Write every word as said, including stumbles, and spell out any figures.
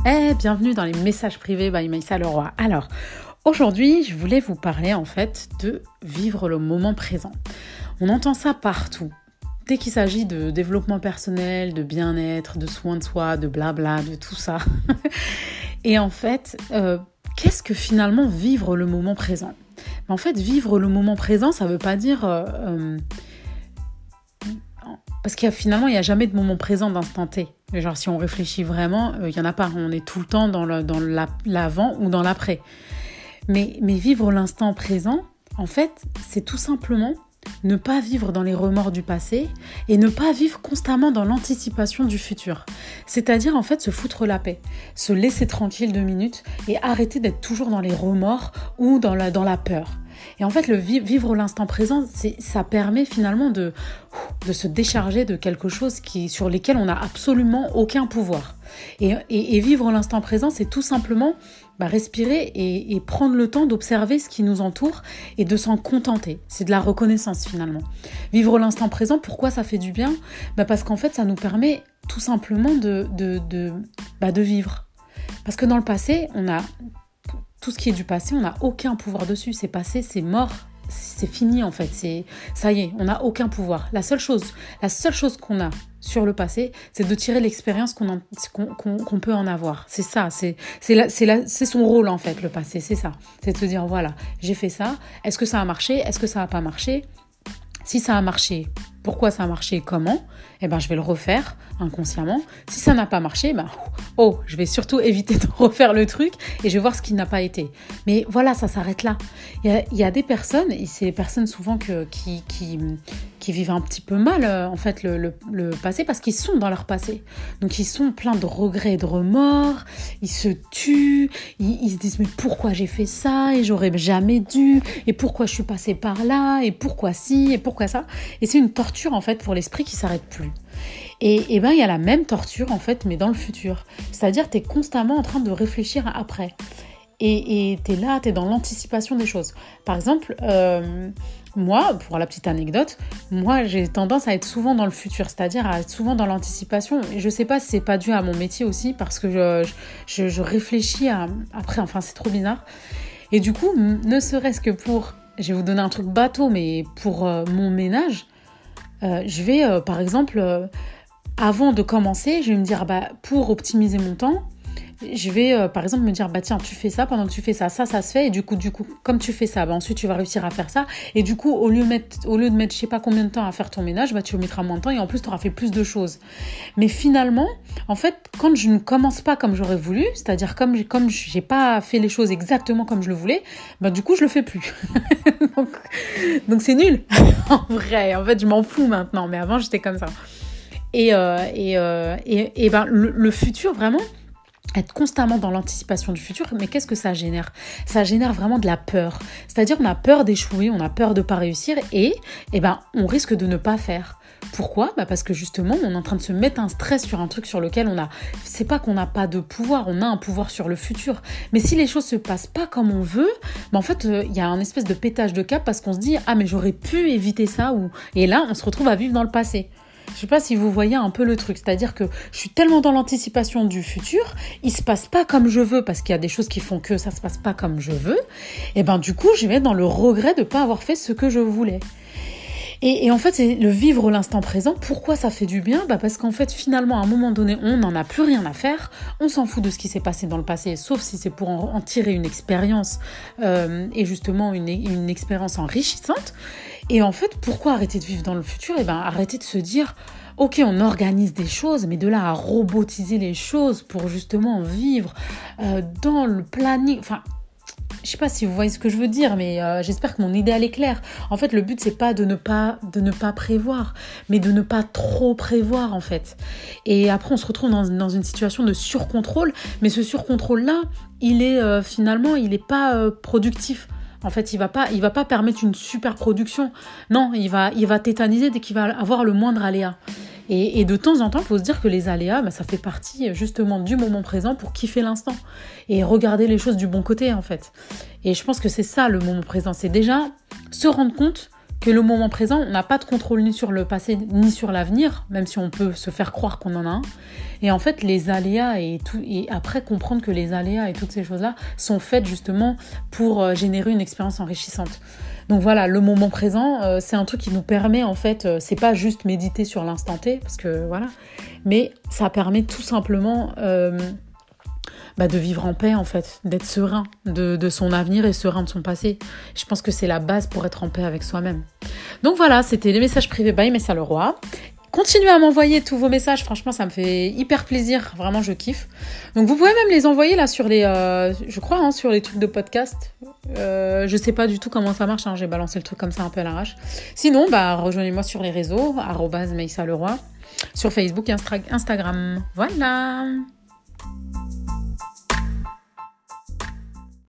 Eh, bienvenue dans les messages privés by Maïssa Leroy. Alors, aujourd'hui, je voulais vous parler en fait de vivre le moment présent. On entend ça partout. Dès qu'il s'agit de développement personnel, de bien-être, de soins de soi, de blabla, de tout ça. Et en fait, euh, qu'est-ce que finalement vivre le moment présent ? En fait, vivre le moment présent, ça ne veut pas dire... Euh, euh, parce qu'il y a, finalement, il n'y a jamais de moment présent d'instant T. Genre, si on réfléchit vraiment, il euh, n'y en a pas. On est tout le temps dans, le, dans la, l'avant ou dans l'après. Mais, mais vivre l'instant présent, en fait, c'est tout simplement ne pas vivre dans les remords du passé et ne pas vivre constamment dans l'anticipation du futur. C'est-à-dire, en fait, se foutre la paix, se laisser tranquille deux minutes et arrêter d'être toujours dans les remords ou dans la, dans la peur. Et en fait, le vivre l'instant présent, c'est, ça permet finalement de, de se décharger de quelque chose qui, sur lesquels on n'a absolument aucun pouvoir. Et, et, et vivre l'instant présent, c'est tout simplement bah, respirer et, et prendre le temps d'observer ce qui nous entoure et de s'en contenter. C'est de la reconnaissance finalement. Vivre l'instant présent, pourquoi ça fait du bien ? Bah, parce qu'en fait, ça nous permet tout simplement de, de, de, bah, de vivre. Parce que dans le passé, on a... Tout ce qui est du passé, on n'a aucun pouvoir dessus. C'est passé, c'est mort, c'est fini en fait. C'est, ça y est, on n'a aucun pouvoir. La seule chose, la seule chose qu'on a sur le passé, c'est de tirer l'expérience qu'on, en, qu'on, qu'on, qu'on peut en avoir. C'est ça, c'est, c'est, la, c'est, la, c'est son rôle en fait, le passé, c'est ça. C'est de se dire, voilà, j'ai fait ça, est-ce que ça a marché, est-ce que ça n'a pas marché ? Si ça a marché, pourquoi ça a marché, comment ? Eh ben, je vais le refaire inconsciemment. Si ça n'a pas marché, ben, oh, je vais surtout éviter de refaire le truc et je vais voir ce qui n'a pas été. Mais voilà, ça s'arrête là. Il y a, il y a des personnes, et c'est des personnes souvent que, qui, qui, qui vivent un petit peu mal euh, en fait le, le, le passé parce qu'ils sont dans leur passé. Donc ils sont pleins de regrets et de remords, ils se tuent, ils, ils se disent mais pourquoi j'ai fait ça et j'aurais jamais dû et pourquoi je suis passée par là et pourquoi ci et pourquoi ça. Et c'est une torture en fait pour l'esprit qui s'arrête plus. Et, et ben il y a la même torture en fait mais dans le futur. C'est-à-dire tu es constamment en train de réfléchir après. Et, et tu es là, tu es dans l'anticipation des choses. Par exemple, euh, moi, pour la petite anecdote, moi j'ai tendance à être souvent dans le futur, c'est-à-dire à être souvent dans l'anticipation. Et je sais pas si c'est pas dû à mon métier aussi parce que je, je, je réfléchis à, après, enfin c'est trop bizarre. Et du coup, ne serait-ce que pour, je vais vous donner un truc bateau, mais pour euh, mon ménage, euh, je vais euh, par exemple... Euh, Avant de commencer, je vais me dire, bah, pour optimiser mon temps, je vais euh, par exemple me dire, bah, tiens, tu fais ça, pendant que tu fais ça, ça, ça se fait, et du coup, du coup comme tu fais ça, bah, ensuite tu vas réussir à faire ça, et du coup, au lieu, mettre, au lieu de mettre je sais pas combien de temps à faire ton ménage, bah, tu mettras moins de temps, et en plus, tu auras fait plus de choses. Mais finalement, en fait, quand je ne commence pas comme j'aurais voulu, c'est-à-dire comme, comme je n'ai pas fait les choses exactement comme je le voulais, bah, du coup, je le fais plus. donc, donc, c'est nul. En vrai, en fait, je m'en fous maintenant, mais avant, j'étais comme ça. Et, euh, et, euh, et, et ben, le, le futur, vraiment, être constamment dans l'anticipation du futur, mais qu'est-ce que ça génère ? Ça génère vraiment de la peur. C'est-à-dire qu'on a peur d'échouer, on a peur de ne pas réussir et, et ben, on risque de ne pas faire. Pourquoi ? Bah parce que justement, on est en train de se mettre un stress sur un truc sur lequel on a... C'est pas qu'on n'a pas de pouvoir, on a un pouvoir sur le futur. Mais si les choses se passent pas comme on veut, bah en fait, il euh, y a un espèce de pétage de cap parce qu'on se dit « Ah, mais j'aurais pu éviter ça » ou... Et là, on se retrouve à vivre dans le passé. Je sais pas si vous voyez un peu le truc, c'est-à-dire que je suis tellement dans l'anticipation du futur, il se passe pas comme je veux parce qu'il y a des choses qui font que ça se passe pas comme je veux, et ben du coup je vais dans le regret de pas avoir fait ce que je voulais. Et, et en fait, c'est le vivre l'instant présent. Pourquoi ça fait du bien ? Bah parce qu'en fait, finalement, à un moment donné, on n'en a plus rien à faire. On s'en fout de ce qui s'est passé dans le passé, sauf si c'est pour en, en tirer une expérience euh, et justement une, une expérience enrichissante. Et en fait, pourquoi arrêter de vivre dans le futur ? Et ben, arrêter de se dire, ok, on organise des choses, mais de là à robotiser les choses pour justement vivre euh, dans le planning. Enfin, je sais pas si vous voyez ce que je veux dire, mais euh, j'espère que mon idéal est clair. En fait, le but, c'est pas de ne pas, de ne pas prévoir, mais de ne pas trop prévoir, en fait. Et après, on se retrouve dans, dans une situation de surcontrôle, mais ce surcontrôle-là, il est euh, finalement, il n'est pas euh, productif. En fait, il va pas, il va pas permettre une super production. Non, il va, il va tétaniser dès qu'il va avoir le moindre aléa. Et, et de temps en temps, il faut se dire que les aléas, bah, ça fait partie justement du moment présent pour kiffer l'instant et regarder les choses du bon côté, en fait. Et je pense que c'est ça le moment présent. C'est déjà se rendre compte que le moment présent, on n'a pas de contrôle ni sur le passé ni sur l'avenir, même si on peut se faire croire qu'on en a un. Et en fait, les aléas et tout, et après comprendre que les aléas et toutes ces choses-là sont faites justement pour générer une expérience enrichissante. Donc voilà, le moment présent, euh, c'est un truc qui nous permet en fait, euh, c'est pas juste méditer sur l'instant T, parce que voilà, mais ça permet tout simplement euh, bah, de vivre en paix en fait, d'être serein de, de son avenir et serein de son passé. Je pense que c'est la base pour être en paix avec soi-même. Donc voilà, c'était les messages privés by Messa Leroy. Continuez à m'envoyer tous vos messages, franchement ça me fait hyper plaisir, vraiment je kiffe. Donc vous pouvez même les envoyer là sur les, euh, je crois, hein, sur les trucs de podcast. Euh, je sais pas du tout comment ça marche, hein, j'ai balancé le truc comme ça un peu à l'arrache. Sinon, bah rejoignez-moi sur les réseaux, arobase Messa Leroy, sur Facebook et Instra- Instagram. Voilà.